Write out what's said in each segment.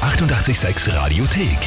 886 Radiothek.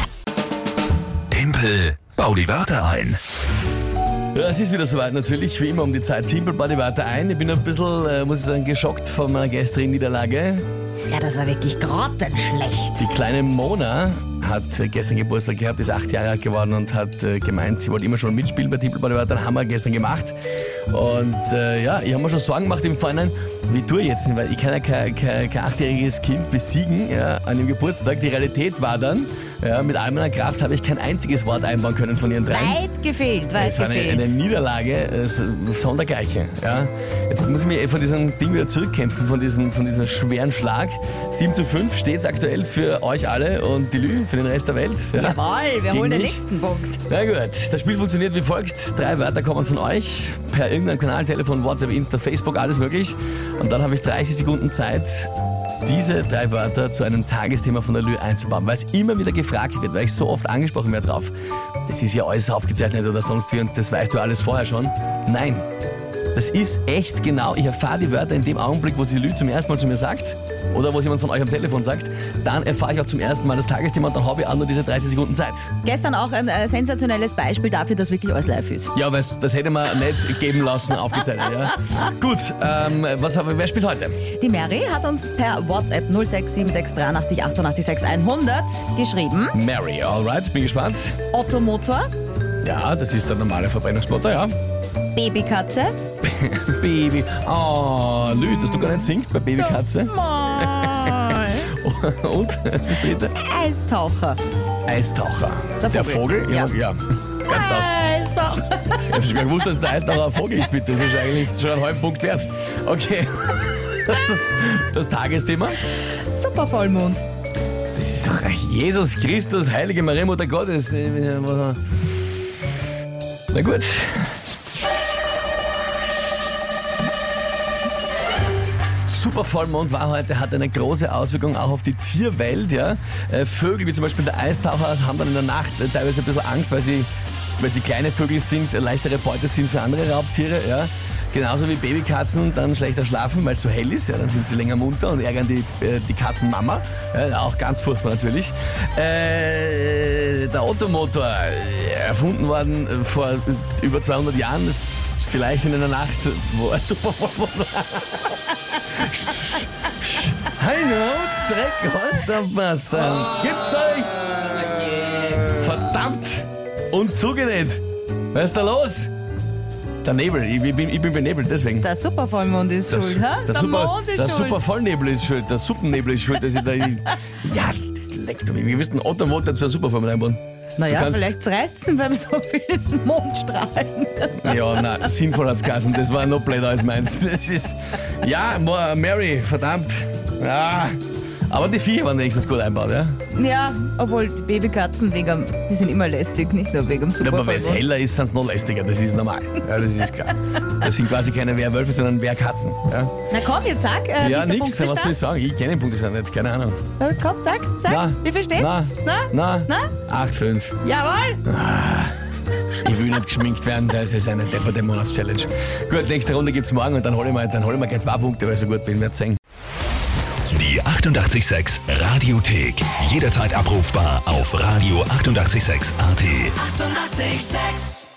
Tempel, bau die Wörter ein. Ja, es ist wieder soweit natürlich, wie immer um die Zeit. Tempel, bau die Wörter ein. Ich bin ein bisschen, muss ich sagen, geschockt von meiner gestrigen Niederlage. Ja, das war wirklich grottenschlecht. Die kleine Mona hat gestern Geburtstag gehabt, ist 8 Jahre alt geworden und hat gemeint, sie wollte immer schon mitspielen bei Tempel, bau die Wörter. Haben wir gestern gemacht. Und ich habe mir schon Sorgen gemacht im Vorhinein, wie tue ich jetzt? Weil ich kann ja kein 8-jähriges Kind besiegen an dem Geburtstag. Die Realität war dann, mit all meiner Kraft habe ich kein einziges Wort einbauen können von ihren 3. Weit gefehlt. Es war eine Niederlage sondergleichen. Ja. Jetzt muss ich mich von diesem Ding wieder zurückkämpfen, von diesem schweren Schlag. 7:5 steht es aktuell für euch alle und die Lü, für den Rest der Welt. Ja. Jawohl, wir holen den nächsten Punkt. Na gut, das Spiel funktioniert wie folgt. 3 Wörter kommen von euch per irgendeinem Kanal, Telefon, WhatsApp, Insta, Facebook, alles möglich. Und dann habe ich 30 Sekunden Zeit, diese 3 Wörter zu einem Tagesthema von der Lü einzubauen, weil es immer wieder gefragt wird, weil ich so oft angesprochen werde drauf. Das ist ja alles aufgezeichnet oder sonst wie und das weißt du alles vorher schon. Nein, das ist echt genau. Ich erfahre die Wörter in dem Augenblick, wo sie Lü zum ersten Mal zu mir sagt oder wo es jemand von euch am Telefon sagt. Dann erfahre ich auch zum ersten Mal das Tagesthema und dann habe ich auch nur diese 30 Sekunden Zeit. Gestern auch ein sensationelles Beispiel dafür, dass wirklich alles live ist. Ja, das hätte man nicht geben lassen, aufgezeichnet. Ja. Gut, wer spielt heute? Die Mary hat uns per WhatsApp 0676 83 88 6100 geschrieben. Mary, alright, bin gespannt. Otto Motor. Ja, das ist der normale Verbrennungsmotor, ja. Babykatze. Baby. Oh, Lü, dass du gar nicht singst bei Babykatze. Und, was ist das dritte? Eistaucher. Eistaucher. Der Vogel? Ja. Eistaucher. Ich habe schon gar gewusst, dass der Eistaucher ein Vogel ist, bitte. Das ist eigentlich schon einen halben Punkt wert. Okay. Das Tagesthema? Supervollmond. Das ist doch Jesus Christus, Heilige Maria, Mutter Gottes. Na gut. Supervollmond war heute, hat eine große Auswirkung auch auf die Tierwelt. Ja. Vögel wie zum Beispiel der Eistaucher haben dann in der Nacht teilweise ein bisschen Angst, weil sie kleine Vögel sind, leichtere Beute sind für andere Raubtiere. Ja. Genauso wie Babykatzen dann schlechter schlafen, weil es so hell ist. Ja, dann sind sie länger munter und ärgern die Katzenmama. Ja, auch ganz furchtbar natürlich. Der Ottomotor, erfunden worden vor über 200 Jahren, vielleicht in einer Nacht, wo er Supervollmond war. Hallo, Dreck runterpassen. Gibt's doch nicht. Verdammt. Und zugenäht. Was ist da los? Der Nebel, ich bin benebelt, deswegen. Der Supervollmond ist schuld, ha? Der Mond ist schuld. Der Supervollnebel ist schuld, der Suppennebel ist schuld, dass ich da... Ja, leckt mich. Wir wissen, Otto Motor zu einer Supervollmond einbauen. Naja, vielleicht reißt es beim so vielen Mondstrahlen. Ja, nein, sinnvoll hat's geheißen. Das war noch blöder als meins. Das ist, ja, Mary, verdammt. Ja. Aber die Viecher waren wenigstens gut einbaut, ja? Ja, obwohl die Babykatzen, die sind immer lästig, nicht nur wegen dem Supervollmond. Aber weil es heller ist, sind es noch lästiger, das ist normal. Ja, das ist klar. Das sind quasi keine Wehrwölfe, sondern Wehrkatzen. Ja? Na komm, jetzt sag, ja, nix, was soll ich sagen? Ich kenne den Punktestand nicht, keine Ahnung. Na, komm, sag, wie viel steht's? Na? 8,5. Jawohl! Ich will nicht geschminkt werden, das ist eine depperte Monatschallenge. Gut, nächste Runde gibt's morgen und dann hol ich mir gleich 2 Punkte, weil ich so gut bin, wird's sehen. Die 886 Radiothek. Jederzeit abrufbar auf radio886.at. 886